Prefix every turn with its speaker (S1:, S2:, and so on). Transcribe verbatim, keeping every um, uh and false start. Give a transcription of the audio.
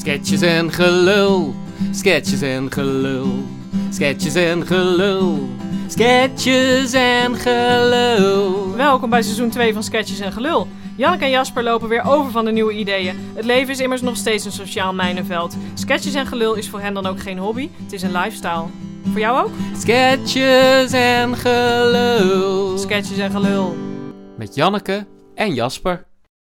S1: Sketches en gelul, sketches en gelul, sketches en gelul, sketches en gelul.
S2: Welkom bij seizoen twee van Sketches en Gelul. Janneke en Jasper lopen weer over van de nieuwe ideeën. Het leven is immers nog steeds een sociaal mijnenveld. Sketches en Gelul is voor hen dan ook geen hobby, het is een lifestyle. Voor jou ook?
S1: Sketches en gelul.
S2: Sketches en Gelul.
S1: Met Janneke en Jasper.